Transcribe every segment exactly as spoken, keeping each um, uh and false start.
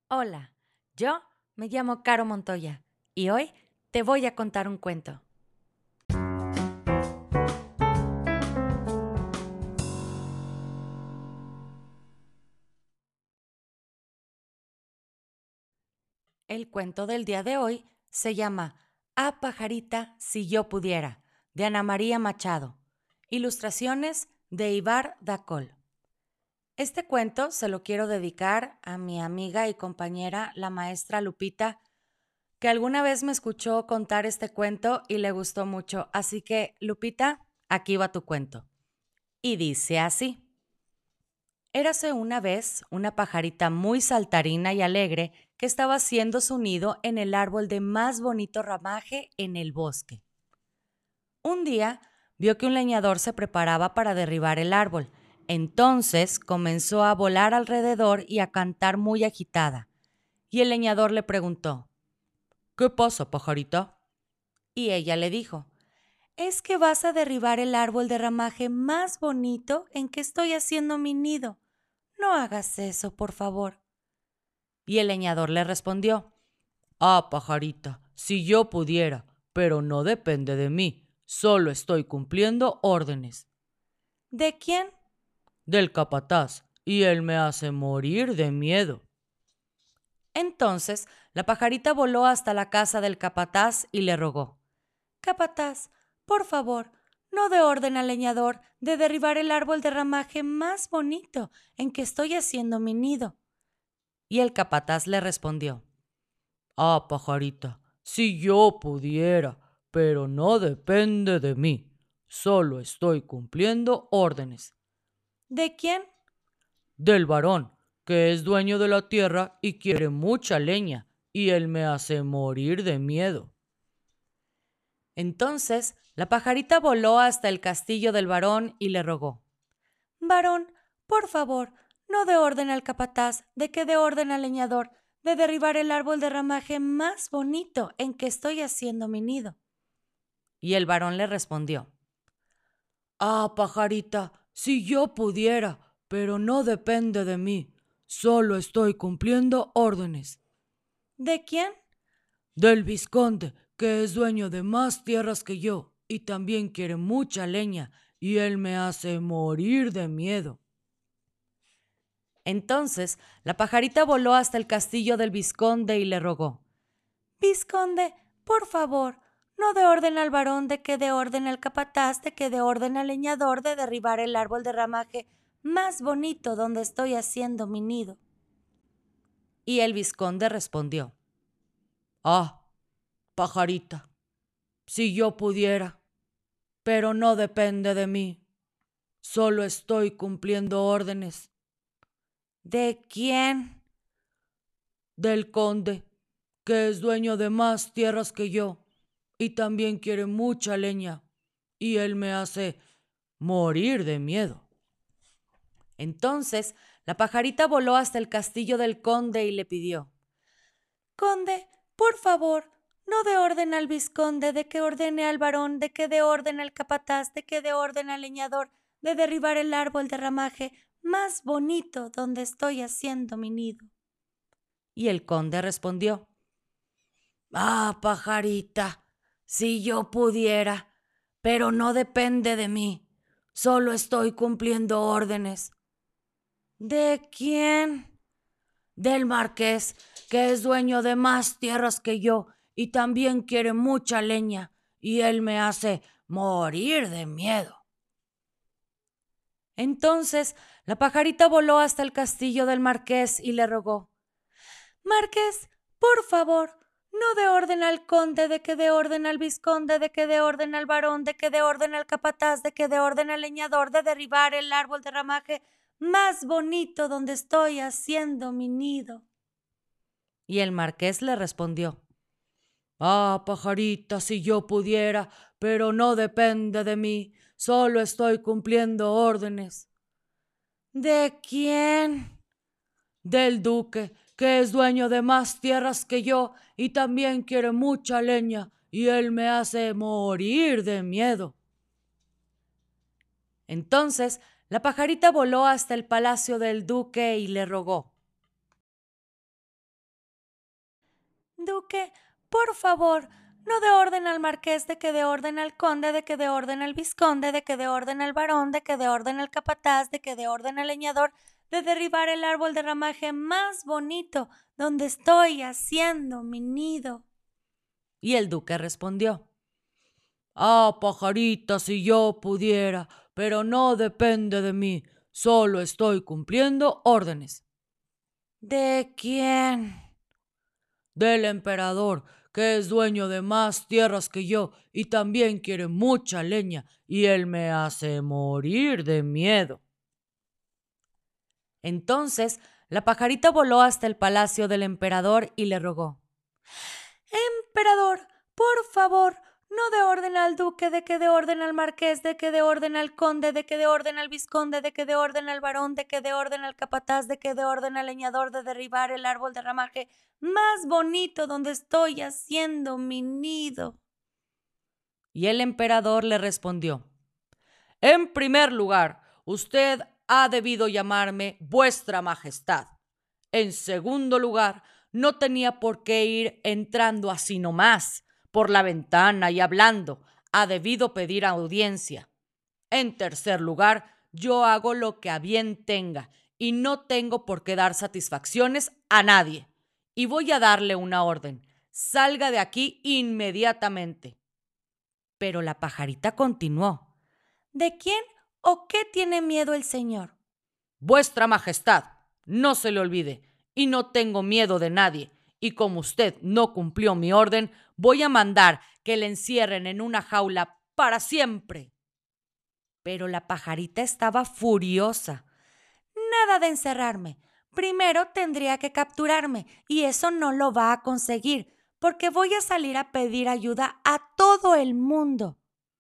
Hola, yo me llamo Caro Montoya y hoy te voy a contar un cuento. El cuento del día de hoy se llama A pajarita si yo pudiera, de Ana María Machado. Ilustraciones de Ibar Dacol. Este cuento se lo quiero dedicar a mi amiga y compañera, la maestra Lupita, que alguna vez me escuchó contar este cuento y le gustó mucho. Así que, Lupita, aquí va tu cuento. Y dice así. Érase una vez una pajarita muy saltarina y alegre que estaba haciendo su nido en el árbol de más bonito ramaje en el bosque. Un día vio que un leñador se preparaba para derribar el árbol. Entonces comenzó a volar alrededor y a cantar muy agitada. Y el leñador le preguntó: ¿Qué pasa, pajarita? Y ella le dijo: Es que vas a derribar el árbol de ramaje más bonito en que estoy haciendo mi nido. No hagas eso, por favor. Y el leñador le respondió: Ah, pajarita, si yo pudiera, pero no depende de mí, solo estoy cumpliendo órdenes. ¿De quién? Del capataz, y él me hace morir de miedo. Entonces la pajarita voló hasta la casa del capataz y le rogó: Capataz, por favor, no dé orden al leñador de derribar el árbol de ramaje más bonito en que estoy haciendo mi nido. Y el capataz le respondió: Ah, pajarita, si yo pudiera, pero no depende de mí. Solo estoy cumpliendo órdenes. ¿De quién? Del varón, que es dueño de la tierra y quiere mucha leña, y él me hace morir de miedo. Entonces la pajarita voló hasta el castillo del varón y le rogó: Varón, por favor, no dé orden al capataz de que dé orden al leñador de derribar el árbol de ramaje más bonito en que estoy haciendo mi nido. Y el varón le respondió: Ah, pajarita, si yo pudiera, pero no depende de mí. Solo estoy cumpliendo órdenes. ¿De quién? Del vizconde, que es dueño de más tierras que yo y también quiere mucha leña, y él me hace morir de miedo. Entonces la pajarita voló hasta el castillo del vizconde y le rogó: Vizconde, por favor, no dé orden al varón de que dé orden al capataz de que dé orden al leñador de derribar el árbol de ramaje más bonito donde estoy haciendo mi nido. Y el vizconde respondió: Ah, pajarita, si yo pudiera, pero no depende de mí. Solo estoy cumpliendo órdenes. ¿De quién? Del conde, que es dueño de más tierras que yo y también quiere mucha leña, y él me hace morir de miedo. Entonces la pajarita voló hasta el castillo del conde y le pidió: Conde, por favor, no dé orden al vizconde de que ordene al varón, de que dé orden al capataz, de que dé orden al leñador de derribar el árbol de ramaje más bonito donde estoy haciendo mi nido. Y el conde respondió: Ah, pajarita, si yo pudiera, pero no depende de mí. Solo estoy cumpliendo órdenes. ¿De quién? Del marqués, que es dueño de más tierras que yo y también quiere mucha leña, y él me hace morir de miedo. Entonces la pajarita voló hasta el castillo del marqués y le rogó: Marqués, por favor, no dé orden al conde, de que dé orden al vizconde, de que dé orden al varón, de que dé orden al capataz, de que dé orden al leñador de derribar el árbol de ramaje más bonito donde estoy haciendo mi nido. Y el marqués le respondió: Ah, pajarita, si yo pudiera, pero no depende de mí, solo estoy cumpliendo órdenes. ¿De quién? Del duque, que es dueño de más tierras que yo y también quiere mucha leña, y él me hace morir de miedo. Entonces la pajarita voló hasta el palacio del duque y le rogó: Duque, por favor, no dé orden al marqués, de que dé orden al conde, de que dé orden al vizconde, de que dé orden al barón, de que dé orden al capataz, de que dé orden al leñador, de derribar el árbol de ramaje más bonito donde estoy haciendo mi nido. Y el duque respondió: Ah, pajarita, si yo pudiera, pero no depende de mí, solo estoy cumpliendo órdenes. ¿De quién? Del emperador, que es dueño de más tierras que yo y también quiere mucha leña, y él me hace morir de miedo. Entonces la pajarita voló hasta el palacio del emperador y le rogó: Emperador, por favor, no dé orden al duque, de que dé orden al marqués, de que dé orden al conde, de que dé orden al vizconde, de que dé orden al barón, de que dé orden al capataz, de que dé orden al leñador, de derribar el árbol de ramaje más bonito donde estoy haciendo mi nido. Y el emperador le respondió: En primer lugar, usted ha debido llamarme Vuestra Majestad. En segundo lugar, no tenía por qué ir entrando así nomás por la ventana y hablando. Ha debido pedir audiencia. En tercer lugar, yo hago lo que a bien tenga y no tengo por qué dar satisfacciones a nadie. Y voy a darle una orden: salga de aquí inmediatamente. Pero la pajarita continuó: ¿De quién o qué tiene miedo el señor? Vuestra Majestad, no se le olvide, y no tengo miedo de nadie, y como usted no cumplió mi orden, voy a mandar que le encierren en una jaula para siempre. Pero la pajarita estaba furiosa. Nada de encerrarme. Primero tendría que capturarme, y eso no lo va a conseguir, porque voy a salir a pedir ayuda a todo el mundo.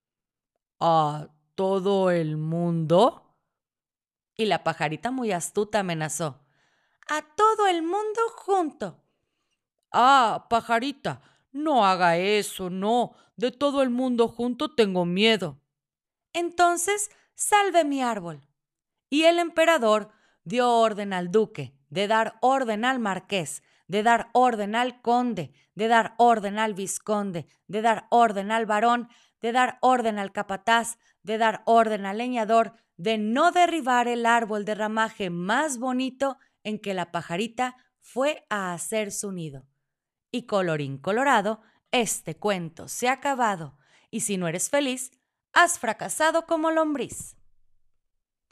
¿A todo el mundo? Y la pajarita, muy astuta, amenazó: A todo el mundo junto. Ah, pajarita, no haga eso, no. De todo el mundo junto tengo miedo. Entonces, salve mi árbol. Y el emperador dio orden al duque, de dar orden al marqués, de dar orden al conde, de dar orden al vizconde, de dar orden al barón, de dar orden al capataz, de dar orden al leñador, de no derribar el árbol de ramaje más bonito en que la pajarita fue a hacer su nido. Y colorín colorado, este cuento se ha acabado, y si no eres feliz, has fracasado como lombriz.